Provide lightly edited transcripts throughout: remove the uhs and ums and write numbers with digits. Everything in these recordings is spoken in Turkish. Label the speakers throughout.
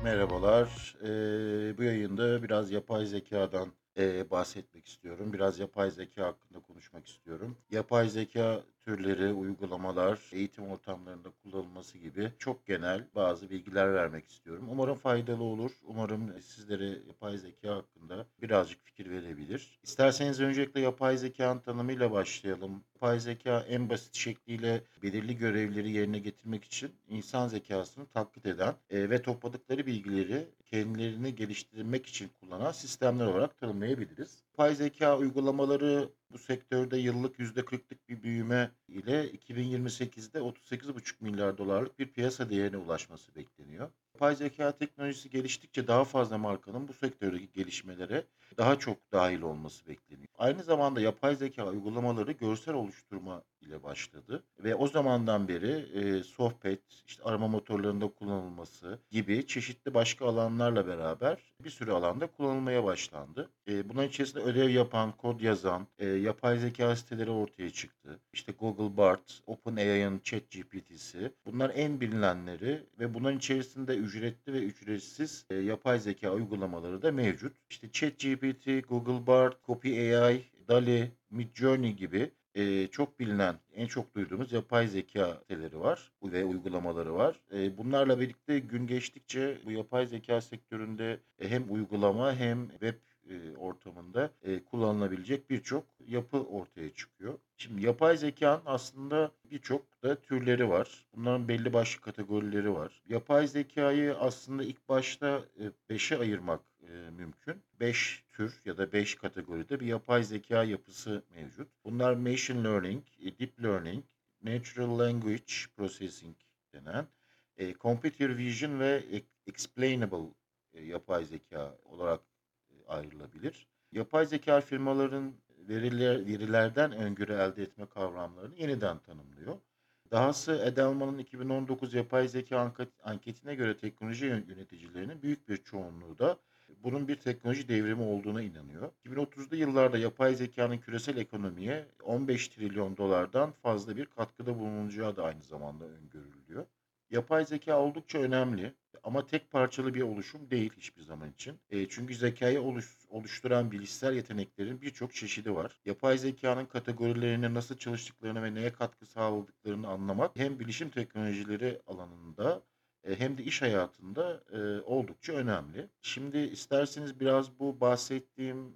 Speaker 1: Merhabalar. Bu yayında biraz yapay zekadan bahsetmek istiyorum. Biraz yapay zeka hakkında konuşmak istiyorum. Yapay zeka türleri, uygulamalar, eğitim ortamlarında kullanılması gibi çok genel bazı bilgiler vermek istiyorum. Umarım faydalı olur. Umarım sizlere yapay zeka hakkında birazcık fikir verebilir. İsterseniz öncelikle yapay zekanın tanımıyla başlayalım. Yapay zeka en basit şekliyle belirli görevleri yerine getirmek için insan zekasını taklit eden ve topladıkları bilgileri kendilerini geliştirmek için kullanan sistemler olarak tanımlayabiliriz. Yapay zeka uygulamaları bu sektörde yıllık %40'lık bir büyüme ile 2028'de 38,5 milyar dolarlık bir piyasa değerine ulaşması bekleniyor. Yapay zeka teknolojisi geliştikçe daha fazla markanın bu sektördeki gelişmelere daha çok dahil olması bekleniyor. Aynı zamanda yapay zeka uygulamaları görsel oluşturma ile başladı ve o zamandan beri sohbet, işte arama motorlarında kullanılması gibi çeşitli başka alanlarla beraber bir sürü alanda kullanılmaya başlandı. Bunların içerisinde ödev yapan, kod yazan, yapay zeka siteleri ortaya çıktı. İşte Google Bard, OpenAI'ın ChatGPT'si. Bunlar en bilinenleri ve bunların içerisinde ücretli ve ücretsiz yapay zeka uygulamaları da mevcut. İşte ChatGPT, Google Bard, CopyAI, DALL-E, Midjourney gibi çok bilinen, en çok duyduğumuz yapay zeka siteleri var ve uygulamaları var. Bunlarla birlikte gün geçtikçe bu yapay zeka sektöründe hem uygulama hem web ortamında kullanılabilecek birçok yapı ortaya çıkıyor. Şimdi yapay zekanın aslında birçok da türleri var. Bunların belli başlı kategorileri var. Yapay zekayı aslında ilk başta 5'e ayırmak mümkün. 5 tür ya da 5 kategoride bir yapay zeka yapısı mevcut. Bunlar machine learning, deep learning, natural language processing denen, computer vision ve explainable yapay zeka olarak ayrılabilir. Yapay zeka firmaların verilerden öngörü elde etme kavramlarını yeniden tanımlıyor. Dahası Edelman'ın 2019 yapay zeka anketine göre teknoloji yöneticilerinin büyük bir çoğunluğu da bunun bir teknoloji devrimi olduğuna inanıyor. 2030'lu yıllarda yapay zekanın küresel ekonomiye 15 trilyon dolardan fazla bir katkıda bulunacağı da aynı zamanda öngörülüyor. Yapay zeka oldukça önemli ama tek parçalı bir oluşum değil hiçbir zaman için. Çünkü zekayı oluşturan bilişsel yeteneklerin birçok çeşidi var. Yapay zekanın kategorilerine nasıl çalıştıklarını ve neye katkı sağladıklarını anlamak hem bilişim teknolojileri alanında hem de iş hayatında oldukça önemli. Şimdi isterseniz biraz bu bahsettiğim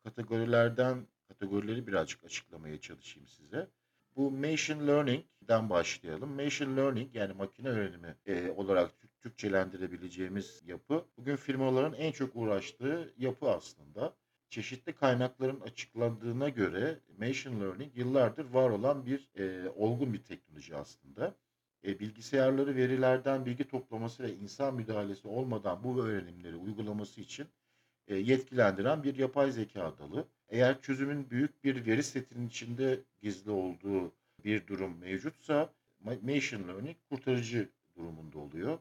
Speaker 1: kategorileri birazcık açıklamaya çalışayım size. Bu machine learning'den başlayalım. Machine learning yani makine öğrenimi olarak Türkçelendirebileceğimiz yapı bugün firmaların en çok uğraştığı yapı aslında. Çeşitli kaynakların açıklandığına göre machine learning yıllardır var olan bir olgun bir teknoloji aslında. Bilgisayarları verilerden bilgi toplaması ve insan müdahalesi olmadan bu öğrenimleri uygulaması için yetkilendiren bir yapay zeka dalı. Eğer çözümün büyük bir veri setinin içinde gizli olduğu bir durum mevcutsa machine learning kurtarıcı durumunda oluyor.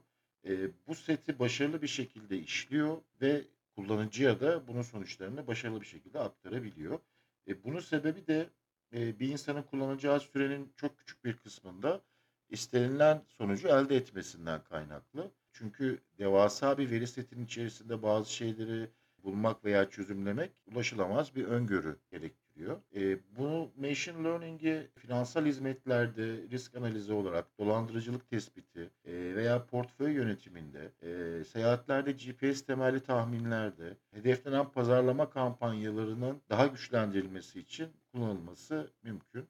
Speaker 1: Bu seti başarılı bir şekilde işliyor ve kullanıcıya da bunun sonuçlarını başarılı bir şekilde aktarabiliyor. Bunun sebebi de bir insanın kullanacağı sürenin çok küçük bir kısmında istenilen sonucu elde etmesinden kaynaklı. Çünkü devasa bir veri setinin içerisinde bazı şeyleri bulmak veya çözümlemek ulaşılamaz bir öngörü gerektiriyor. Bu machine learning'i finansal hizmetlerde risk analizi olarak dolandırıcılık tespiti veya portföy yönetiminde, seyahatlerde GPS temelli tahminlerde, hedeflenen pazarlama kampanyalarının daha güçlendirilmesi için kullanılması mümkün.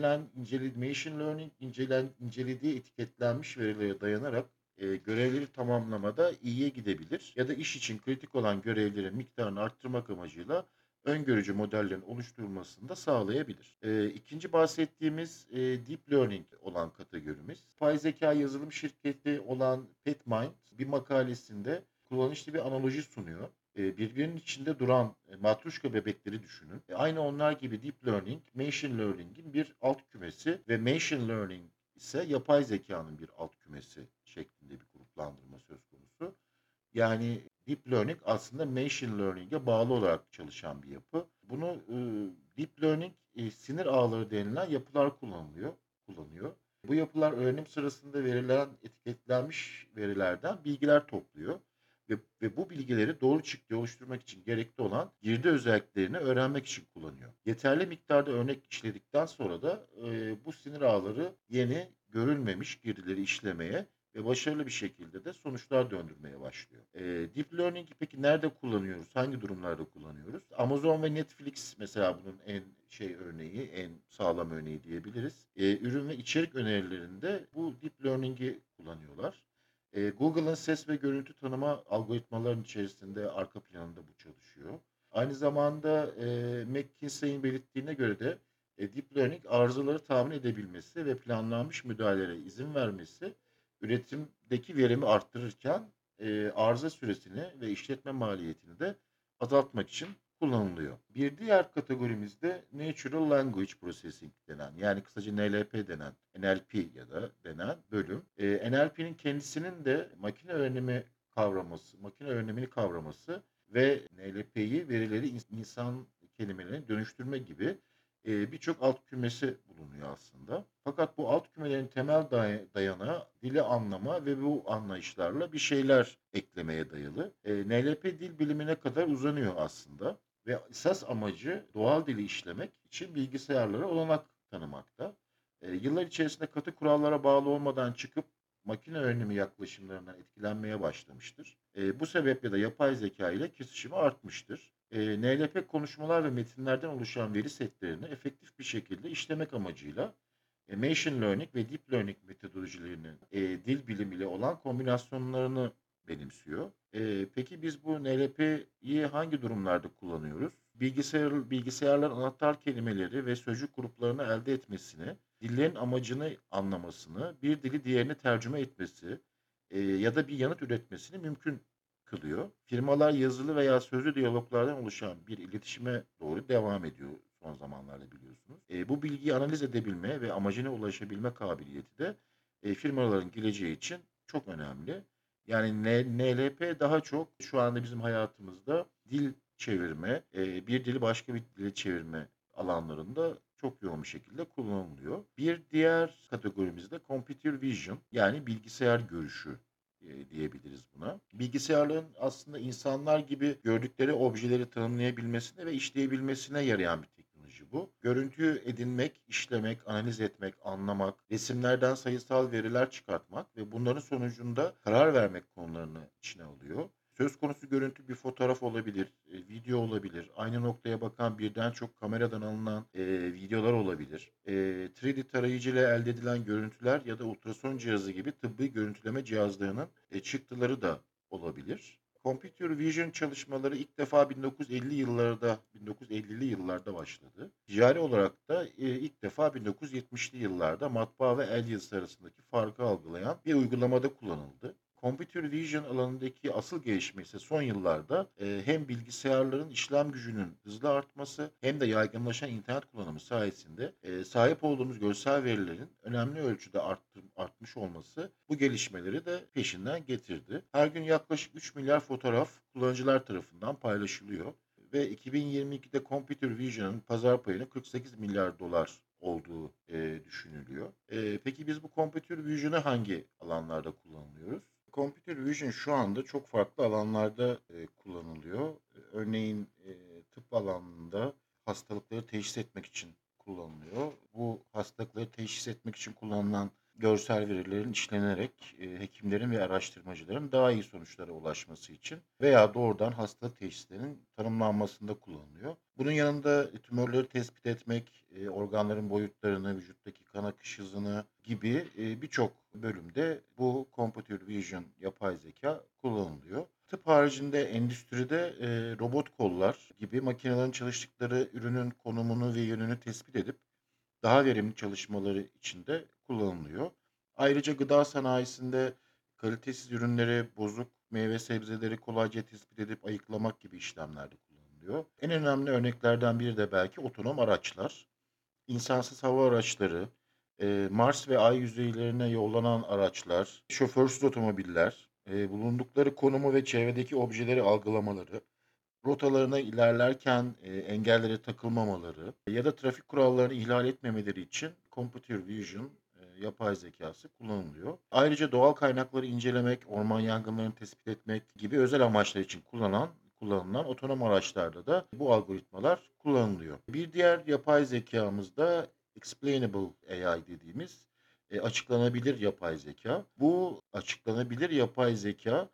Speaker 1: Machine learning incelediği etiketlenmiş verilere dayanarak görevleri tamamlamada iyiye gidebilir ya da iş için kritik olan görevlerin miktarını arttırmak amacıyla öngörücü modellerin oluşturulmasını da sağlayabilir. İkinci bahsettiğimiz deep learning olan kategorimiz. Yapay zeka yazılım şirketi olan Petmind bir makalesinde kullanışlı bir analoji sunuyor. Birbirinin içinde duran matruşka bebekleri düşünün. Aynı onlar gibi deep learning, machine learning'in bir alt kümesi ve machine learning ise yapay zekanın bir alt kümesi şeklinde bir gruplandırma söz konusu. Yani deep learning aslında machine learning'e bağlı olarak çalışan bir yapı. Bunu deep learning sinir ağları denilen yapılar kullanıyor. Bu yapılar öğrenim sırasında verilen etiketlenmiş verilerden bilgiler topluyor ve ve bu bilgileri doğru çıktı oluşturmak için gerekli olan girdi özelliklerini öğrenmek için kullanıyor. Yeterli miktarda örnek işledikten sonra da bu sinir ağları yeni görülmemiş girdileri işlemeye ve başarılı bir şekilde de sonuçlar döndürmeye başlıyor. Deep Learning'i peki nerede kullanıyoruz? Hangi durumlarda kullanıyoruz? Amazon ve Netflix mesela bunun en örneği, en sağlam örneği diyebiliriz. Ürün ve içerik önerilerinde bu Deep Learning'i kullanıyorlar. Google'ın ses ve görüntü tanıma algoritmalarının içerisinde arka planında bu çalışıyor. Aynı zamanda McKinsey'in belirttiğine göre de Deep Learning arızaları tahmin edebilmesi ve planlanmış müdahalelere izin vermesi üretimdeki verimi arttırırken arıza süresini ve işletme maliyetini de azaltmak için kullanılıyor. Bir diğer kategorimizde Natural Language Processing denen yani kısaca NLP denen NLP ya da denen bölüm. NLP'nin kendisinin de makine öğrenimini kavraması ve NLP'yi verileri insan kelimelerine dönüştürme gibi birçok alt kümesi bulunuyor aslında. Fakat bu alt kümelerin temel dayanağı dili anlama ve bu anlayışlarla bir şeyler eklemeye dayalı. NLP dil bilimine kadar uzanıyor aslında ve esas amacı doğal dili işlemek için bilgisayarlara olanak tanımakta. Yıllar içerisinde katı kurallara bağlı olmadan çıkıp makine öğrenimi yaklaşımlarından etkilenmeye başlamıştır. Bu sebeple de yapay zeka ile kesişimi artmıştır. NLP konuşmalar ve metinlerden oluşan veri setlerini efektif bir şekilde işlemek amacıyla Machine Learning ve Deep Learning metodolojilerinin dil bilimiyle olan kombinasyonlarını benimsiyor. Peki biz bu NLP'yi hangi durumlarda kullanıyoruz? Bilgisayarların anahtar kelimeleri ve sözcük gruplarını elde etmesini, dillerin amacını anlamasını, bir dili diğerine tercüme etmesi ya da bir yanıt üretmesini mümkün kılıyor. Firmalar yazılı veya sözlü diyaloglardan oluşan bir iletişime doğru devam ediyor son zamanlarda biliyorsunuz. Bu bilgiyi analiz edebilme ve amacına ulaşabilme kabiliyeti de firmaların geleceği için çok önemli. Yani NLP daha çok şu anda bizim hayatımızda dil çevirme, bir dili başka bir dile çevirme alanlarında çok yoğun bir şekilde kullanılıyor. Bir diğer kategorimizde Computer Vision yani bilgisayar görüşü diyebiliriz buna. Bilgisayarların aslında insanlar gibi gördükleri objeleri tanımlayabilmesine ve işleyebilmesine yarayan bir teknoloji bu. Görüntüyü edinmek, işlemek, analiz etmek, anlamak, resimlerden sayısal veriler çıkartmak ve bunların sonucunda karar vermek konularını içine alıyor. Söz konusu görüntü bir fotoğraf olabilir, video olabilir, aynı noktaya bakan birden çok kameradan alınan videolar olabilir. 3D tarayıcı ile elde edilen görüntüler ya da ultrason cihazı gibi tıbbi görüntüleme cihazlarının çıktıları da olabilir. Computer Vision çalışmaları ilk defa 1950'li yıllarda başladı. Ticari olarak da ilk defa 1970'li yıllarda matbaa ve el yazısı arasındaki farkı algılayan bir uygulamada kullanıldı. Computer Vision alanındaki asıl gelişme ise son yıllarda hem bilgisayarların işlem gücünün hızla artması hem de yaygınlaşan internet kullanımı sayesinde sahip olduğumuz görsel verilerin önemli ölçüde artmış olması bu gelişmeleri de peşinden getirdi. Her gün yaklaşık 3 milyar fotoğraf kullanıcılar tarafından paylaşılıyor ve 2022'de Computer Vision'ın pazar payının 48 milyar dolar olduğu düşünülüyor. Peki biz bu Computer Vision'ı hangi alanlarda kullanıyoruz? Computer Vision şu anda çok farklı alanlarda kullanılıyor. Örneğin tıp alanında hastalıkları teşhis etmek için kullanılıyor. Bu hastalıkları teşhis etmek için kullanılan görsel verilerin işlenerek hekimlerin ve araştırmacıların daha iyi sonuçlara ulaşması için veya doğrudan hastalık teşhislerinin tanımlanmasında kullanılıyor. Bunun yanında tümörleri tespit etmek, organların boyutlarını, vücuttaki kan akış hızını gibi birçok bölümde bu Computer Vision yapay zeka kullanılıyor. Tıp haricinde endüstride robot kollar gibi makinelerin çalıştıkları ürünün konumunu ve yönünü tespit edip daha verimli çalışmaları için de kullanılıyor. Ayrıca gıda sanayisinde kalitesiz ürünleri, bozuk meyve sebzeleri kolayca tespit edip ayıklamak gibi işlemlerde kullanılıyor. En önemli örneklerden biri de belki otonom araçlar. İnsansız hava araçları, Mars ve Ay yüzeylerine yollanan araçlar, şoförsüz otomobiller, bulundukları konumu ve çevredeki objeleri algılamaları, rotalarına ilerlerken engellere takılmamaları ya da trafik kurallarını ihlal etmemeleri için Computer Vision yapay zekâsı kullanılıyor. Ayrıca doğal kaynakları incelemek, orman yangınlarını tespit etmek gibi özel amaçlar için kullanılan otonom araçlarda da bu algoritmalar kullanılıyor. Bir diğer yapay zekâmız da explainable AI dediğimiz, açıklanabilir yapay zekâ. Bu açıklanabilir yapay zekâ,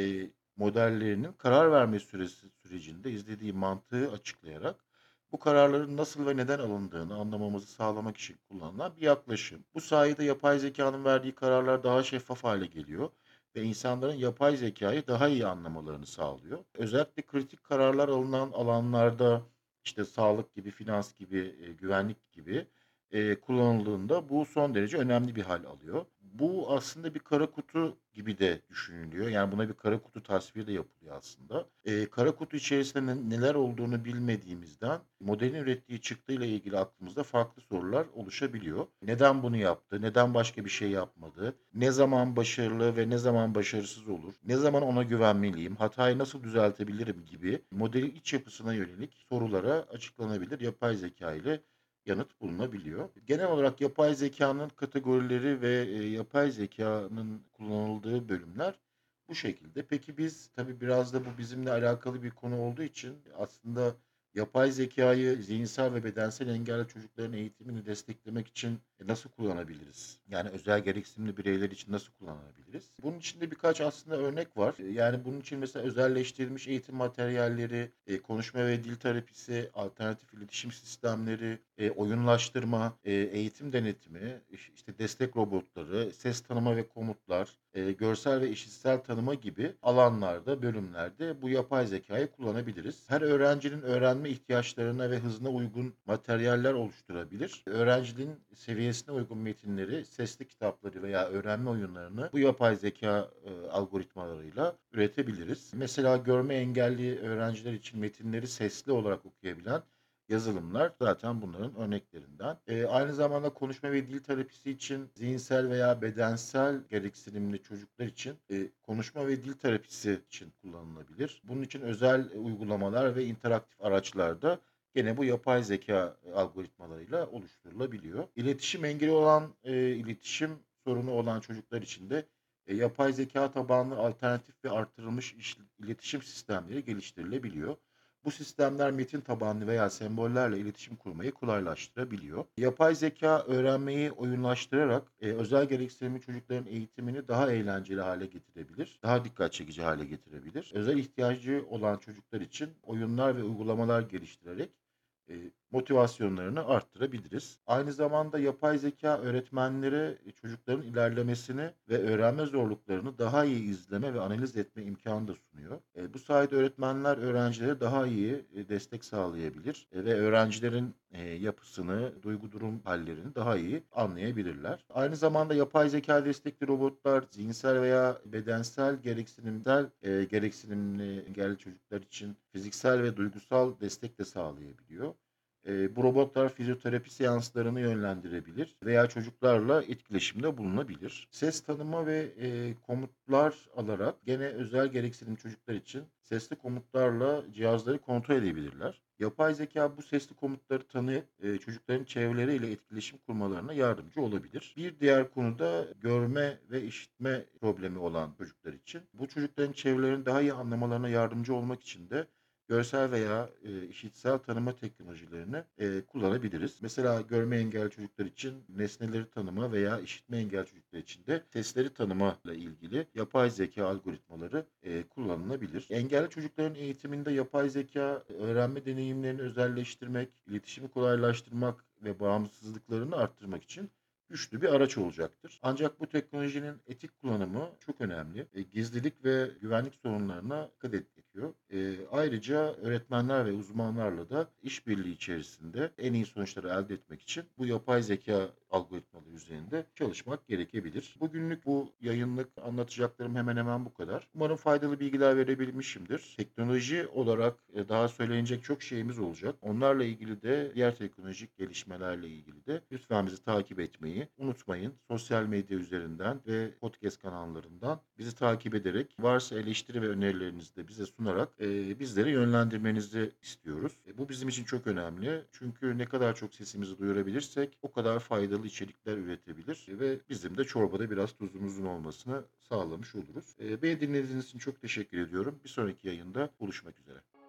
Speaker 1: modellerinin karar verme sürecinde izlediği mantığı açıklayarak bu kararların nasıl ve neden alındığını anlamamızı sağlamak için kullanılan bir yaklaşım. Bu sayede yapay zekânın verdiği kararlar daha şeffaf hâle geliyor ve insanların yapay zekâyı daha iyi anlamalarını sağlıyor. Özellikle kritik kararlar alınan alanlarda, işte, sağlık gibi, finans gibi, güvenlik gibi, kullanıldığında bu son derece önemli bir hâl alıyor. Bu aslında bir kara kutu gibi de düşünülüyor. Yani, buna bir kara kutu tasviri de yapılıyor aslında. Kara kutu içerisinde neler olduğunu bilmediğimizden modelin ürettiği çıktıyla ilgili aklımızda farklı sorular oluşabiliyor. Neden bunu yaptı? Neden başka bir şey yapmadı? Ne zaman başarılı ve ne zaman başarısız olur? Ne zaman ona güvenmeliyim? Hatayı nasıl düzeltebilirim gibi modelin iç yapısına yönelik sorulara açıklanabilir yapay zekâ ile yanıt bulunabiliyor. Genel olarak yapay zekânın kategorileri ve, yapay zekânın kullanıldığı bölümler bu şekilde. Peki biz tabii biraz da bu bizimle alakalı bir konu olduğu için aslında yapay zekâyı zihinsel ve bedensel engelli çocukların eğitimini desteklemek için, nasıl kullanabiliriz? Yani özel gereksinimli bireyler için nasıl kullanabiliriz? Bunun için de birkaç aslında örnek var. Yani bunun için mesela özelleştirilmiş eğitim materyalleri, konuşma ve dil terapisi, alternatif iletişim sistemleri, oyunlaştırma, eğitim denetimi, işte destek robotları, ses tanıma ve komutlar, görsel ve işitsel tanıma gibi alanlarda, bölümlerde bu yapay zekâyı kullanabiliriz. Her öğrencinin öğrenme ihtiyaçlarına ve hızına uygun materyaller oluşturabilir. Öğrencinin seviyesine uygun metinleri, sesli kitapları veya öğrenme oyunlarını bu yapay zekâ, algoritmalarıyla üretebiliriz. Mesela görme engelli öğrenciler için metinleri sesli olarak okuyabilen yazılımlar zaten bunların örneklerinden. Aynı zamanda konuşma ve dil terapisi için zihinsel veya bedensel gereksinimli çocuklar için, konuşma ve dil terapisi için kullanılabilir. Bunun için özel, uygulamalar ve interaktif araçlar da gene bu yapay zekâ, algoritmalarıyla oluşturulabiliyor. İletişim engeli olan, iletişim sorunu olan çocuklar için de, yapay zekâ tabanlı alternatif ve artırılmış iletişim sistemleri geliştirilebiliyor. Bu sistemler metin tabanlı veya sembollerle iletişim kurmayı kolaylaştırabiliyor. Yapay zeka öğrenmeyi oyunlaştırarak, özel gereksinimli çocukların eğitimini daha eğlenceli hale getirebilir, daha dikkat çekici hale getirebilir. Özel ihtiyacı olan çocuklar için oyunlar ve uygulamalar geliştirerek, motivasyonlarını arttırabiliriz. Aynı zamanda yapay zeka öğretmenlere, çocukların ilerlemesini ve öğrenme zorluklarını daha iyi izleme ve analiz etme imkânı da sunuyor. Bu sayede öğretmenler öğrencilere daha iyi, destek sağlayabilir, ve öğrencilerin, yapısını, duygu durum hâllerini daha iyi anlayabilirler. Aynı zamanda yapay zekâ destekli robotlar zihinsel veya bedensel gereksinimli engelli çocuklar için fiziksel ve duygusal destek de sağlayabiliyor. Bu robotlar fizyoterapi seanslarını yönlendirebilir veya çocuklarla etkileşimde bulunabilir. Ses tanıma ve, komutlar alarak gene özel gereksinim çocuklar için sesli komutlarla cihazları kontrol edebilirler. Yapay zekâ bu sesli komutları tanıyıp, çocukların çevreleriyle etkileşim kurmalarına yardımcı olabilir. Bir diğer konu da görme ve işitme problemi olan çocuklar için. Bu çocukların çevrelerini daha iyi anlamalarına yardımcı olmak için de görsel veya, işitsel tanıma teknolojilerini, kullanabiliriz. Mesela görme engelli çocuklar için nesneleri tanıma veya işitme engelli çocuklar için de sesleri tanımayla ilgili yapay zekâ algoritmaları, kullanılabilir. Engelli çocukların eğitiminde yapay zekâ, öğrenme deneyimlerini özelleştirmek, iletişimi kolaylaştırmak ve bağımsızlıklarını arttırmak için güçlü bir araç olacaktır. Ancak bu teknolojinin etik kullanımı çok önemli. Gizlilik ve güvenlik sorunlarına dikkat gerekiyor. Ayrıca öğretmenler ve uzmanlarla da işbirliği içerisinde en iyi sonuçları elde etmek için bu yapay zeka algoritmaları üzerinde çalışmak gerekebilir. Bugünlük bu yayınlık anlatacaklarım hemen hemen bu kadar. Umarım faydalı bilgiler verebilmişimdir. Teknoloji olarak, daha söylenecek çok şeyimiz olacak. Onlarla ilgili de diğer teknolojik gelişmelerle ilgili de lütfen bizi takip etmeyi unutmayın. Sosyal medya üzerinden ve podcast kanallarından bizi takip ederek varsa eleştiri ve önerilerinizi de bize sunarak bizleri yönlendirmenizi istiyoruz. Bu bizim için çok önemli. Çünkü ne kadar çok sesimizi duyurabilirsek o kadar faydalı içerikler üretebilir ve bizim de çorbada biraz tuzumuzun olmasını sağlamış oluruz. Beni dinlediğiniz için çok teşekkür ediyorum. Bir sonraki yayında buluşmak üzere.